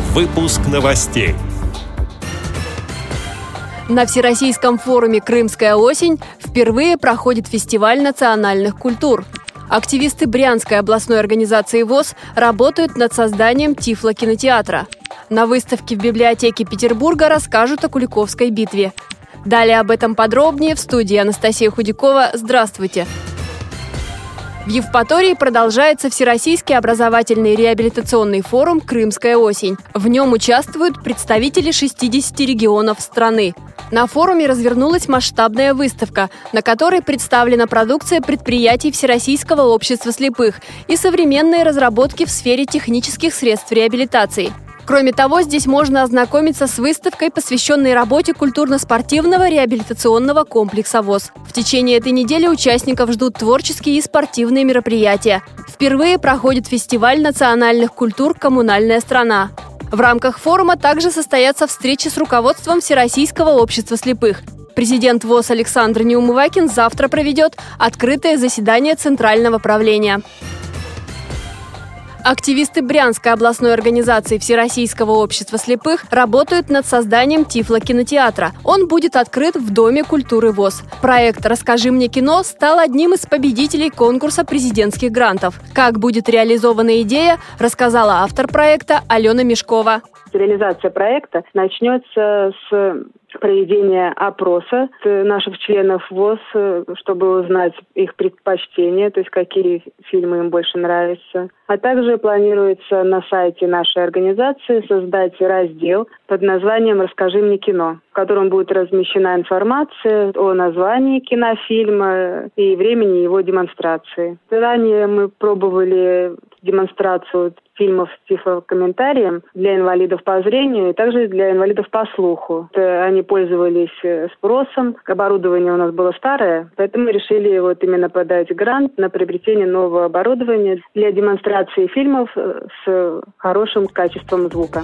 Выпуск новостей. На Всероссийском форуме «Крымская осень» впервые проходит фестиваль национальных культур. Активисты Брянской областной организации ВОС работают над созданием тифлокинотеатра. На выставке в библиотеке Петербурга расскажут о Куликовской битве. Далее об этом подробнее в студии Анастасия Худякова. Здравствуйте! В Евпатории продолжается Всероссийский образовательный реабилитационный форум «Крымская осень». В нем участвуют представители 60 регионов страны. На форуме развернулась масштабная выставка, на которой представлена продукция предприятий Всероссийского общества слепых и современные разработки в сфере технических средств реабилитации. Кроме того, здесь можно ознакомиться с выставкой, посвященной работе культурно-спортивного реабилитационного комплекса ВОС. В течение этой недели участников ждут творческие и спортивные мероприятия. Впервые проходит фестиваль национальных культур «Коммунальная страна». В рамках форума также состоятся встречи с руководством Всероссийского общества слепых. Президент ВОС Александр Неумывакин завтра проведет открытое заседание Центрального правления. Активисты Брянской областной организации Всероссийского общества слепых работают над созданием тифлокинотеатра. Он будет открыт в Доме культуры ВОС. Проект «Расскажи мне кино» стал одним из победителей конкурса президентских грантов. Как будет реализована идея, рассказала автор проекта Алена Мешкова. Реализация проекта начнется с проведения опроса наших членов ВОС, чтобы узнать их предпочтения, то есть какие фильмы им больше нравятся. А также планируется на сайте нашей организации создать раздел под названием «Расскажи мне кино», в котором будет размещена информация о названии кинофильма и времени его демонстрации. Ранее мы пробовали демонстрацию фильмов с тифлокомментарием для инвалидов по зрению и также для инвалидов по слуху. Они пользовались спросом, оборудование у нас было старое, поэтому мы решили именно подать грант на приобретение нового оборудования для демонстрации фильмов с хорошим качеством звука.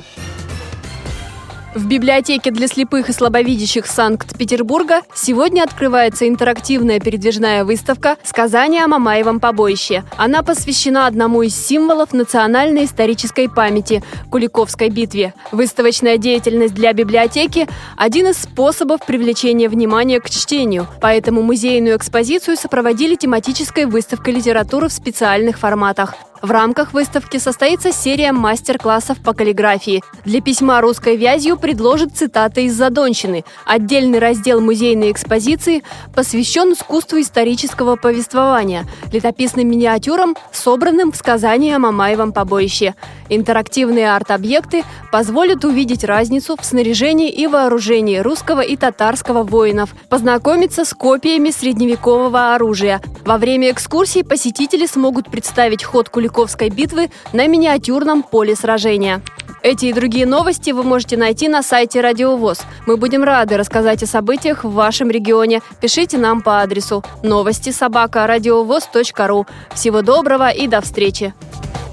В библиотеке для слепых и слабовидящих Санкт-Петербурга сегодня открывается интерактивная передвижная выставка «Сказание о Мамаевом побоище». Она посвящена одному из символов национальной исторической памяти – Куликовской битве. Выставочная деятельность для библиотеки – один из способов привлечения внимания к чтению, поэтому музейную экспозицию сопроводили тематической выставкой литературы в специальных форматах. В рамках выставки состоится серия мастер-классов по каллиграфии. Для письма русской вязью предложат цитаты из Задонщины. Отдельный раздел музейной экспозиции посвящен искусству исторического повествования, летописным миниатюрам, собранным в сказании о Мамаевом побоище. Интерактивные арт-объекты позволят увидеть разницу в снаряжении и вооружении русского и татарского воинов, познакомиться с копиями средневекового оружия. Во время экскурсии посетители смогут представить ход Куликовской битвы на миниатюрном поле сражения. Эти и другие новости вы можете найти на сайте Радио ВОС. Мы будем рады рассказать о событиях в вашем регионе. Пишите нам по адресу новости@радиовос.ру. Всего доброго и до встречи!